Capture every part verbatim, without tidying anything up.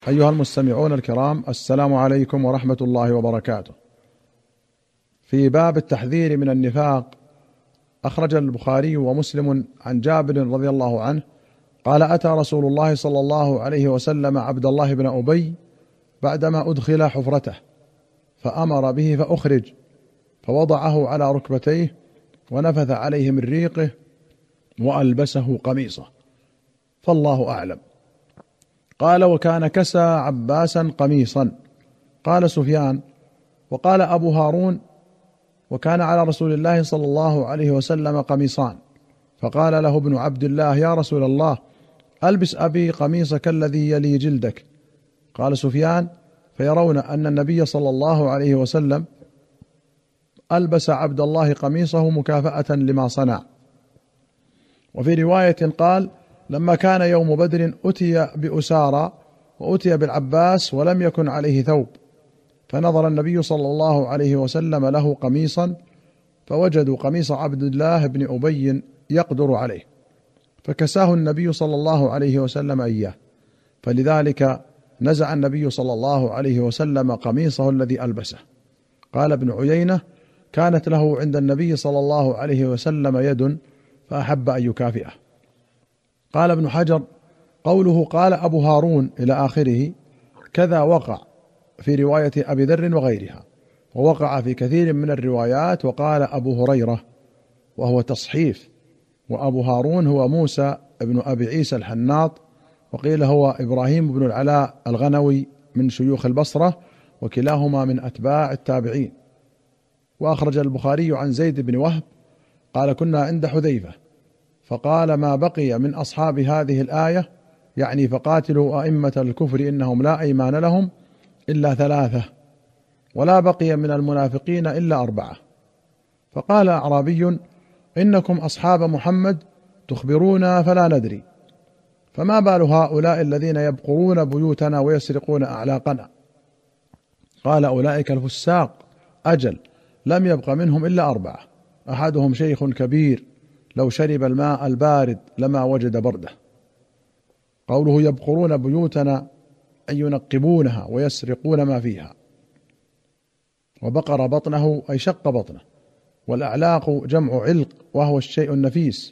أيها المستمعون الكرام، السلام عليكم ورحمة الله وبركاته. في باب التحذير من النفاق، أخرج البخاري ومسلم عن جابر رضي الله عنه قال: أتى رسول الله صلى الله عليه وسلم عبد الله بن أبي بعدما أدخل حفرته، فأمر به فأخرج، فوضعه على ركبتيه ونفث عليه من ريقه وألبسه قميصه، فالله أعلم. قال: وكان كسى عباسا قميصا. قال سفيان: وقال أبو هارون: وكان على رسول الله صلى الله عليه وسلم قميصان. فقال له ابن عبد الله: يا رسول الله، ألبس أبي قميصك الذي يلي جلدك. قال سفيان: فيرون أن النبي صلى الله عليه وسلم ألبس عبد الله قميصه مكافأة لما صنع. وفي رواية قال: لما كان يوم بدر أتي بأسارى وأتي بالعباس ولم يكن عليه ثوب، فنظر النبي صلى الله عليه وسلم له قميصا، فوجدوا قميص عبد الله بن أبي يقدر عليه، فكساه النبي صلى الله عليه وسلم إياه، فلذلك نزع النبي صلى الله عليه وسلم قميصه الذي ألبسه. قال ابن عيينة: كانت له عند النبي صلى الله عليه وسلم يد فأحب أن يكافئه. قال ابن حجر: قوله قال أبو هارون إلى آخره كذا وقع في رواية أبي ذر وغيرها، ووقع في كثير من الروايات وقال أبو هريرة، وهو تصحيف. وأبو هارون هو موسى ابن أبي عيسى الحناط، وقيل هو إبراهيم بن العلاء الغنوي من شيوخ البصرة، وكلاهما من أتباع التابعين. وأخرج البخاري عن زيد بن وهب قال: كنا عند حذيفة فقال: ما بقي من أصحاب هذه الآية، يعني فقاتلوا أئمة الكفر إنهم لا أيمان لهم، إلا ثلاثة، ولا بقي من المنافقين إلا أربعة. فقال أعرابي: إنكم أصحاب محمد تخبرونا فلا ندري، فما بال هؤلاء الذين يبقرون بيوتنا ويسرقون أعلاقنا؟ قال: أولئك الفساق. أجل، لم يبق منهم إلا أربعة، أحدهم شيخ كبير لو شرب الماء البارد لما وجد برده. قوله يبقرون بيوتنا أن ينقبونها ويسرقون ما فيها. وبقر بطنه أي شق بطنه، والأعلاق جمع علق وهو الشيء النفيس.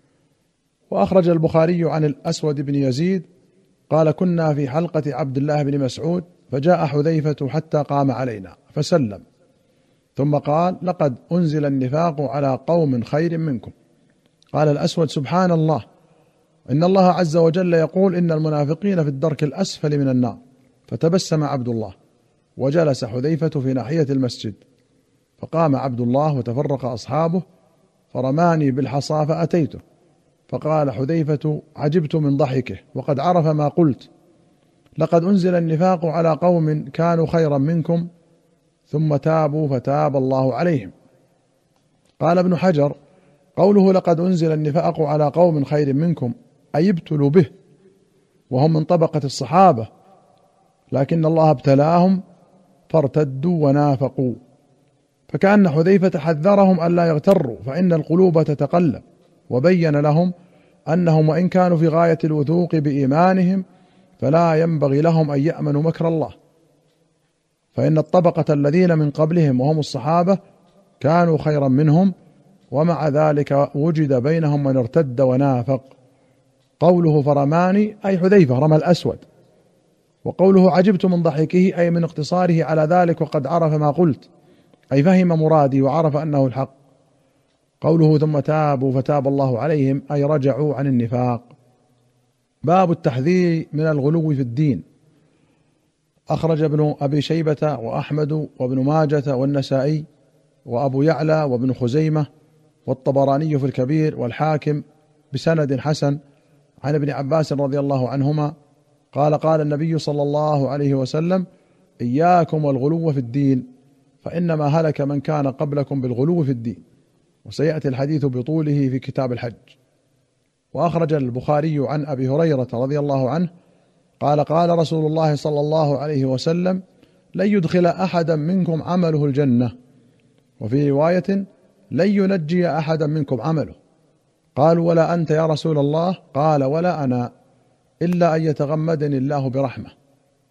وأخرج البخاري عن الأسود بن يزيد قال: كنا في حلقة عبد الله بن مسعود، فجاء حذيفة حتى قام علينا فسلم، ثم قال: لقد أنزل النفاق على قوم خير منكم. قال الأسود: سبحان الله، إن الله عز وجل يقول: إن المنافقين في الدرك الأسفل من النار. فتبسم عبد الله، وجلس حذيفة في ناحية المسجد، فقام عبد الله وتفرق أصحابه، فرماني بالحصى فأتيته، فقال حذيفة: عجبت من ضحكه وقد عرف ما قلت، لقد أنزل النفاق على قوم كانوا خيرا منكم ثم تابوا فتاب الله عليهم. قال ابن حجر: قوله لقد أنزل النفاق على قوم خير منكم أي ابتلوا به، وهم من طبقة الصحابة، لكن الله ابتلاهم فارتدوا ونافقوا. فكأن حذيفة حذرهم ألا يغتروا، فإن القلوب تتقلب، وبين لهم أنهم وإن كانوا في غاية الوثوق بإيمانهم فلا ينبغي لهم أن يأمنوا مكر الله، فإن الطبقة الذين من قبلهم وهم الصحابة كانوا خيرا منهم، ومع ذلك وجد بينهم من ارتد ونافق. قوله فرماني أي حذيفة رمى الأسود، وقوله عجبت من ضحكه أي من اقتصاره على ذلك وقد عرف ما قلت، أي فهم مرادي وعرف أنه الحق. قوله ثم تابوا فتاب الله عليهم أي رجعوا عن النفاق. باب التحذير من الغلو في الدين. أخرج ابن أبي شيبة وأحمد وابن ماجة والنسائي وأبو يعلى وابن خزيمة والطبراني في الكبير والحاكم بسند حسن عن ابن عباس رضي الله عنهما قال: قال النبي صلى الله عليه وسلم: إياكم والغلو في الدين، فإنما هلك من كان قبلكم بالغلو في الدين. وسيأتي الحديث بطوله في كتاب الحج. وأخرج البخاري عن أبي هريرة رضي الله عنه قال: قال رسول الله صلى الله عليه وسلم: لن يدخل أحدا منكم عمله الجنة. وفي رواية: لن ينجي أحدا منكم عمله. قالوا: ولا أنت يا رسول الله؟ قال: ولا أنا، إلا أن يتغمدني الله برحمة.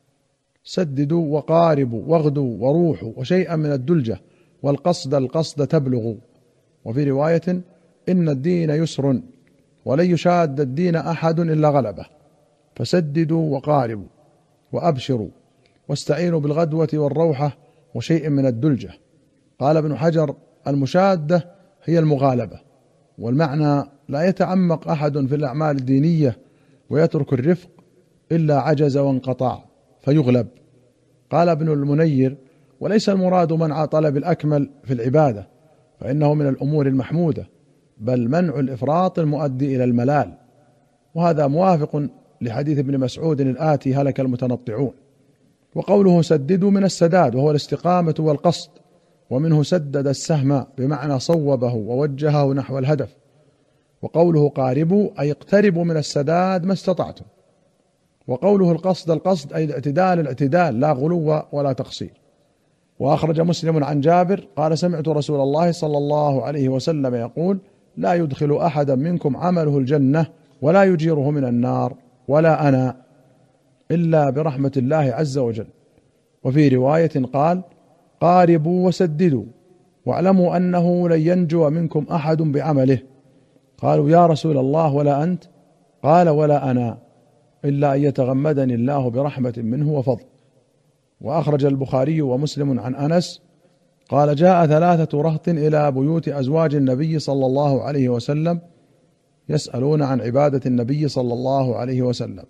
سددوا وقاربوا واغدوا وروحوا وشيئا من الدلجة والقصد القصد تبلغوا. وفي رواية إن الدين يسر ولن يشاد الدين أحد إلا غلبه، فسددوا وقاربوا وأبشروا واستعينوا بالغدوة والروحة وشيء من الدلجة. قال ابن حجر: المشادة هي المغالبة، والمعنى لا يتعمق أحد في الأعمال الدينية ويترك الرفق إلا عجز وانقطع فيغلب. قال ابن المنير: وليس المراد منع طلب الأكمل في العبادة، فإنه من الأمور المحمودة، بل منع الإفراط المؤدي إلى الملال. وهذا موافق لحديث ابن مسعود الآتي: هلك المتنطعون. وقوله سددوا من السداد وهو الاستقامة والقصد، ومنه سدد السهم بمعنى صوبه ووجهه نحو الهدف. وقوله قاربوا أي اقتربوا من السداد ما استطعتم. وقوله القصد القصد أي الاعتدال الاعتدال، لا غلو ولا تقصير. وأخرج مسلم عن جابر قال: سمعت رسول الله صلى الله عليه وسلم يقول: لا يدخل أحدا منكم عمله الجنة ولا يجيره من النار ولا أنا إلا برحمة الله عز وجل. وفي رواية قال: قاربوا وسددوا واعلموا أنه لن ينجو منكم أحد بعمله. قالوا: يا رسول الله ولا أنت؟ قال: ولا أنا إلا أن يتغمدني الله برحمة منه وفضل. وأخرج البخاري ومسلم عن أنس قال: جاء ثلاثة رهط إلى بيوت أزواج النبي صلى الله عليه وسلم يسألون عن عبادة النبي صلى الله عليه وسلم،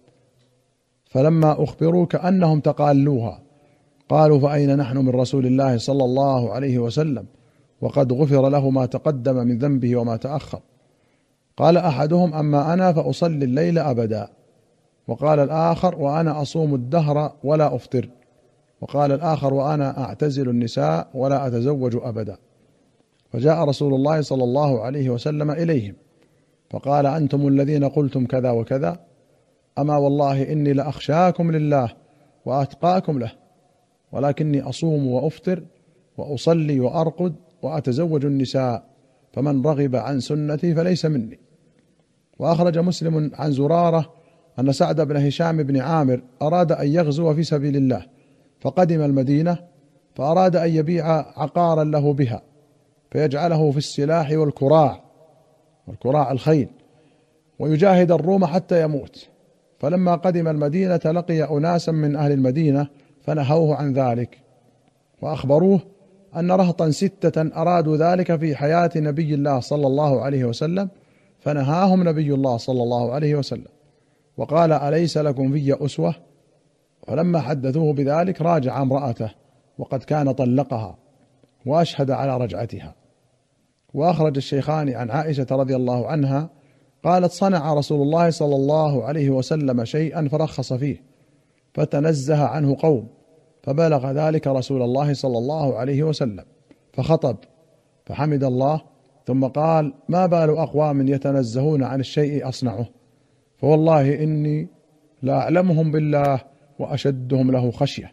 فلما أخبروا كأنهم تقالوها قالوا: فأين نحن من رسول الله صلى الله عليه وسلم وقد غفر له ما تقدم من ذنبه وما تأخر؟ قال أحدهم: أما أنا فأصلي الليل أبدا. وقال الآخر: وأنا أصوم الدهر ولا أفطر. وقال الآخر: وأنا أعتزل النساء ولا أتزوج أبدا. فجاء رسول الله صلى الله عليه وسلم إليهم فقال: أنتم الذين قلتم كذا وكذا؟ أما والله إني لأخشاكم لله وأتقاكم له، ولكني أصوم وأفطر وأصلي وأرقد وأتزوج النساء، فمن رغب عن سنتي فليس مني. وأخرج مسلم عن زرارة أن سعد بن هشام بن عامر أراد أن يغزو في سبيل الله، فقدم المدينة فأراد أن يبيع عقارا له بها فيجعله في السلاح والكراع، والكراع الخيل، ويجاهد الروم حتى يموت. فلما قدم المدينة لقي أناسا من أهل المدينة فنهوه عن ذلك، وأخبروه أن رهطا ستة أرادوا ذلك في حياة نبي الله صلى الله عليه وسلم، فنهاهم نبي الله صلى الله عليه وسلم وقال: أليس لكم في أسوة؟ ولما حدثوه بذلك راجع امرأته وقد كان طلقها وأشهد على رجعتها. وأخرج الشيخان عن عائشة رضي الله عنها قالت: صنع رسول الله صلى الله عليه وسلم شيئا فرخص فيه، فتنزه عنه قوم، فبلغ ذلك رسول الله صلى الله عليه وسلم فخطب فحمد الله، ثم قال: ما بال أقوام يتنزهون عن الشيء أصنعه، فوالله إني لأعلمهم بالله وأشدهم له خشية.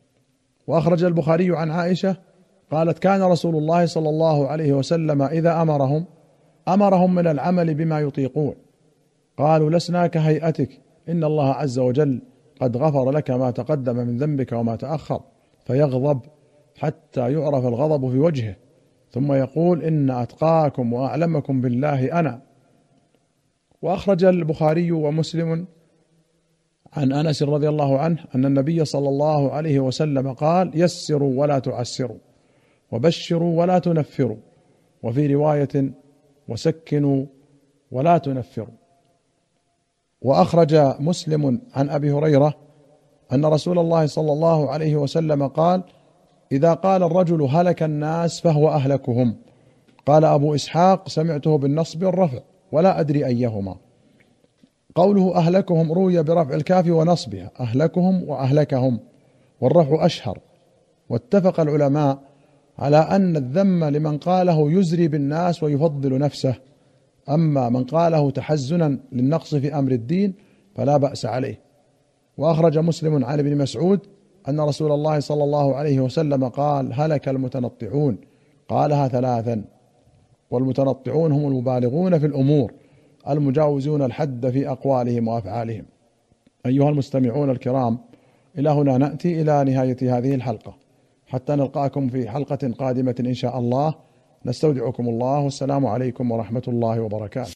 وأخرج البخاري عن عائشة قالت: كان رسول الله صلى الله عليه وسلم إذا أمرهم أمرهم من العمل بما يطيقون، قالوا: لسنا كهيئتك، إن الله عز وجل قد غفر لك ما تقدم من ذنبك وما تأخر، فيغضب حتى يعرف الغضب في وجهه، ثم يقول: إن أتقاكم وأعلمكم بالله أنا. وأخرج البخاري ومسلم عن أنس رضي الله عنه أن النبي صلى الله عليه وسلم قال: يسروا ولا تعسروا، وبشروا ولا تنفروا، وفي رواية: وسكنوا ولا تنفروا. وأخرج مسلم عن أبي هريرة أن رسول الله صلى الله عليه وسلم قال: إذا قال الرجل هلك الناس فهو أهلكهم. قال أبو إسحاق: سمعته بالنصب والرفع ولا أدري أيهما. قوله أهلكهم روي برفع الكاف ونصبها، أهلكهم وأهلكهم، والرفع أشهر. واتفق العلماء على أن الذم لمن قاله يزري بالناس ويفضل نفسه، أما من قاله تحزنا للنقص في أمر الدين فلا بأس عليه. وأخرج مسلم عن ابن مسعود أن رسول الله صلى الله عليه وسلم قال: هلك المتنطعون، قالها ثلاثا. والمتنطعون هم المبالغون في الأمور المجاوزون الحد في أقوالهم وأفعالهم. أيها المستمعون الكرام، إلى هنا نأتي إلى نهاية هذه الحلقة، حتى نلقاكم في حلقة قادمة إن شاء الله، نستودعكم الله، والسلام عليكم ورحمة الله وبركاته.